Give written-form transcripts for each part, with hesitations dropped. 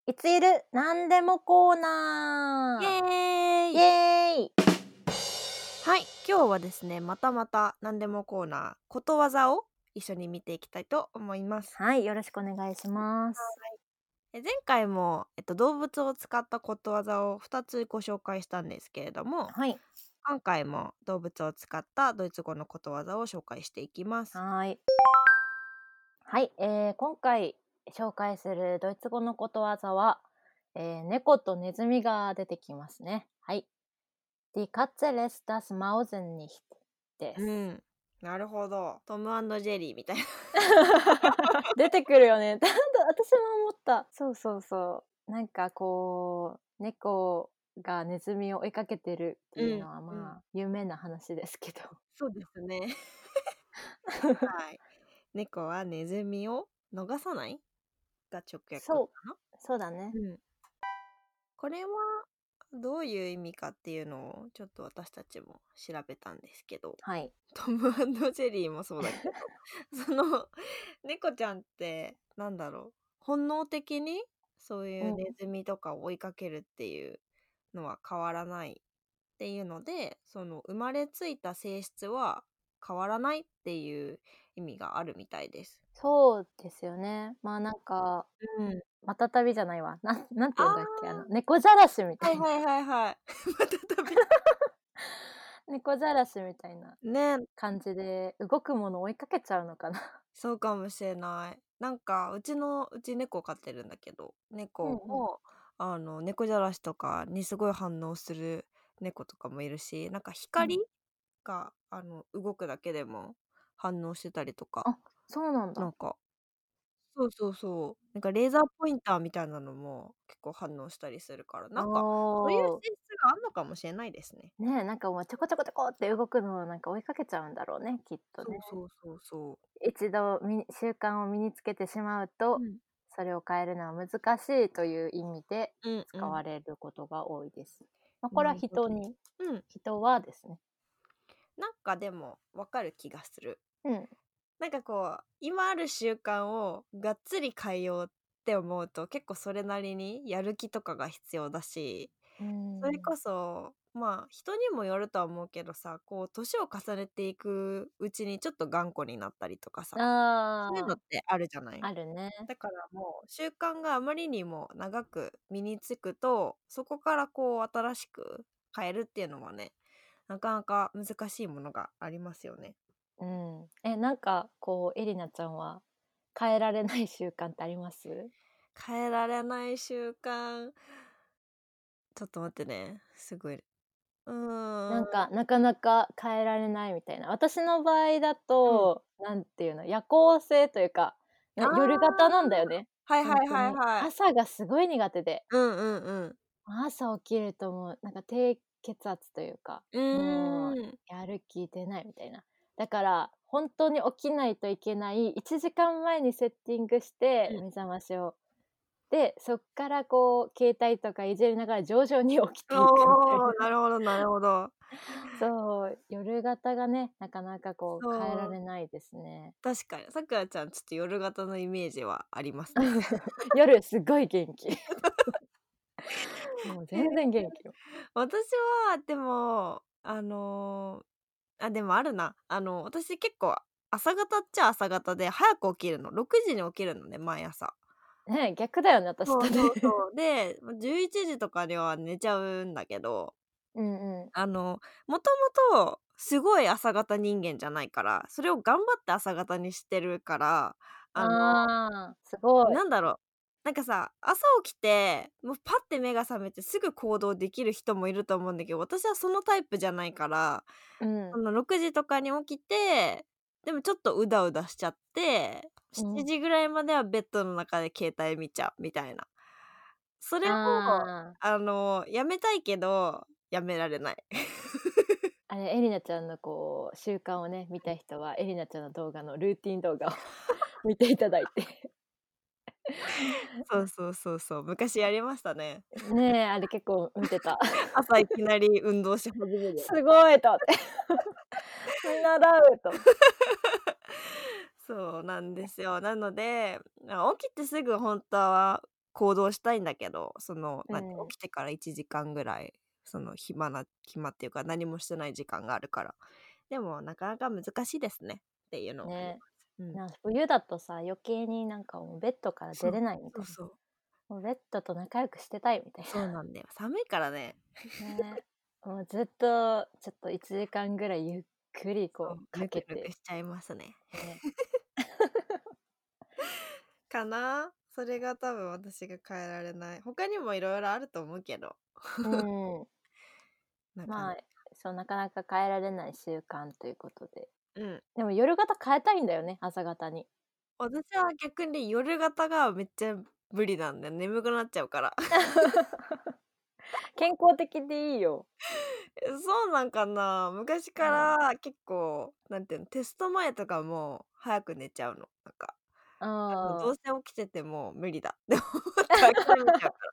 いついるなんでもコーイナー。イエーイ。 エーイ。 はい、今日はですね、またまた何でもコーナー、ことわざを一緒に見ていきたいと思います。 はい、よろしくお願いしまはす。 い。前回も、動物を使ったことわざを2つご紹介したんですけれども、 はい。 今回も動物を使ったドイツ語のことわざを紹介していきます。 はい。はい、今回紹介するドイツ語のことわざは、猫とネズミが出てきますね。はい。Die Katze lässt das Mausen nicht です。 うん、なるほど。トムジェリーみたいな。 出てくるよね。私も思った。そうそうそう。なんかこう、猫がネズミを追いかけてるっていううん、 のはうん。 まあ、有名な話ですけど。 そうですね。はい。猫はネズミを逃さないが直訳かそう、 な。 そうだね。 うん。これはどういう意味かっていうのをちょっと私たちも調べたんですけど、 はい。 トムジェリーもそうだけど、その猫ちゃんってなんだろう、本能的にそういううん。 ネズミとかを追いかけるっていうのは変わらないっていうので、その生まれついた性質は変わらないっていう意味があるみたいです。 そうですよね。まあ、なんか、 うん。 マタタビじゃないわ。なんてあ言うんだっけ、猫じゃらしみたいな。 あ、はいはいはいはい。また食べ猫じゃらしみたいなね。 感じで、動くものを追いかけちゃうのかな。 そうかもしれない。なんかうち猫飼ってるんだけど、 うんうん。 猫も猫じゃらしとかにすごい反応する猫とかもいるし、なんか光うん。 が動くだけでも反応してたりとか、 あ、そうなんだ。 なんかそうそうそう、なんかレーザーポインターみたいなのも結構反応したりするから、 あなんかそういうあ。 性質があるのかもしれないですね。 ねえ、なんかもうちょこちょこちょこって動くのをなんか追いかけちゃうんだろうね、きっとね。 そうそうそうそう。 一度習慣を身につけてしまうと、 うん。 それを変えるのは難しいという意味でうんうん。 使われることが多いです。まあ、これはなるほど。うん。 人はですね。 なんかでも分かる気がする。 うん。 なんかこう、今ある習慣をがっつり変えようって思うと、結構それなりにやる気とかが必要だし、 うーん。 それこそ、まあ、人にもよるとは思うけどさ、こう年を重ねていくうちにちょっと頑固になったりとかさ、そういうのああ、 ってあるじゃない。 あるね。 だからもう習慣があまりにも長く身につくと、そこからこう新しく変えるっていうのはね、なかなか難しいものがありますよね。 うん。なんかこうエリナちゃんは変えられない習慣ってあります？ 変えられない習慣、ちょっと待ってね、すごい。 なんん。 か、なかなか変えられないみたいな。私の場合だうん。 と、なんていうの、夜行性というか、 あ夜型あ、 なんだよね。 はいはいほんとに。 はいはい。 朝がすごい苦手で。 うんうんうん。 朝起きるともうなんか低血圧というか、 うもうーん。 やる気出ないみたいな。だから、ほんとに起きないといけない1時間前にセッティングしてうん。 目覚ましを。で、そっからこう携帯とかいじりながら徐々に起きていくみたいおお、 な。 なるほどなるほど。 そう、夜型がね、なかなかこう変えらそう、 れないですね。 確かに。さくらちゃん、ちょっと夜型のイメージはありますね。 夜すごい元気。もうええ、 全然元気よ。 私はでも、でもあるな。私結構朝型っちゃ朝型で、早く起きるの。6時に起きるのね、毎朝。 ね、逆だよね、私とね。 そうそうそう。で、11時とかには寝ちゃうんだけど、 うんうん。 もともとすごい朝型人間じゃないから、それを頑張って朝型にしてるから、あの、 ああ、すごい。 なんだろう、なんかさ、朝起きて、もうパッて目が覚めてすぐ行動できる人もいると思うんだけど、私はそのタイプじゃないから、 うん。 6時とかに起きて、でもちょっとうだうだしちゃって、7 うん。 時ぐらいまではベッドの中で携帯見ちゃうみたいな。それを、 ああ、 やめたいけど、やめられない。 あれ、エリナちゃんのこう習慣をね、見たい人はエリナちゃんの動画のルーティン動画を見ていただいて。 そうそうそうそう、昔やりましたね。 ねえ、あれ結構見てた。 朝いきなり運動し始めるやつ。 すごいと思って。見習うと。 そうなんですよ。なので、起きてすぐほんとは行動したいんだけど、 うん起きてから1時間ぐらい、暇っていうか何もしてない時間があるから。でもなかなか難しいですねっていうのはありね。 ます。うん。 冬だとさ、余計になんかもうベッドからそう、 出れないみたいな。 そうそう。 もうベッドと仲良くしてたいみたいそうなんだよ。寒いからね。 な。ね。もうずっとちょっと1時間ぐらいゆっくりこうそう、ぬくぬくかけて、 しちゃいますね。 ね。 かな？それが多分私が変えられない。他にもいろいろあると思うけど、 うん。 なかなか。 まあ、そう、なかなか変えられない習慣ということで。 うん。 でも夜型変えたいんだよね、朝型に。 私は逆に夜型がめっちゃ無理なんだよ。眠くなっちゃうから。 健康的でいいよ。 そうなんかな。昔かうん。 ら結構、なんていうの、テスト前とかも早く寝ちゃうの。どうああ。 せ起きてても無理だって思って諦めちゃうから。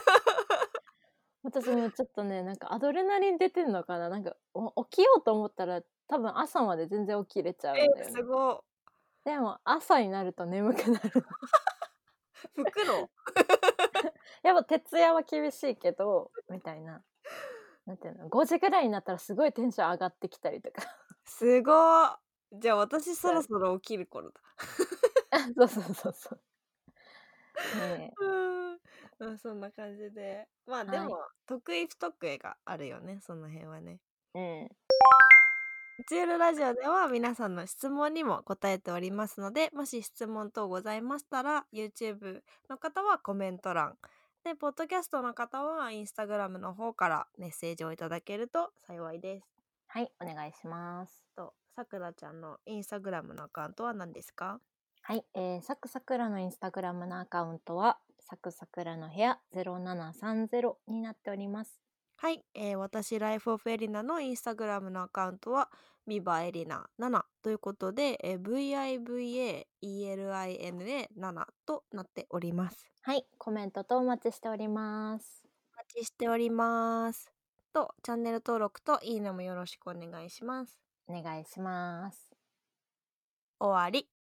私もちょっとね、なんかアドレナリン出てんのかな、なんか、起きようと思ったら、多分朝まで全然起きれちゃうんだよね。 すご。 でも朝になると眠くなるの。 吹くの？ やっぱ徹夜は厳しいけど、みたいな。なんていうの、5時ぐらいになったらすごいテンション上がってきたりとかすご。じゃあ私そろしちゃう。 そろ起きる頃だ。 そうそうそうそう。ねえ。 うーん。まあ、そんな感じで。まあ、でも、 はい。 得意不得意があるよね、その辺はね。 うん。 うちゆるラジオでは皆さんの質問にも答えておりますので、もし質問等ございましたら、YouTube の方はコメント欄、で、ポッドキャストの方は Instagram の方からメッセージをいただけると幸いです。 はい、お願いします。 さくらちゃんの Instagram のアカウントは何ですか？ はい、サクサクラのインスタグラムのアカウントは、サクサクラの部屋0730になっております。 はい、私、ライフオフエリナのインスタグラムのアカウントは、ビバエリナ7ということで、VIVAELINA7 となっております。 はい、コメントとお待ちしております。 お待ちしております。チャンネル登録といいねもよろしくお願いします。 お願いします。 終わり。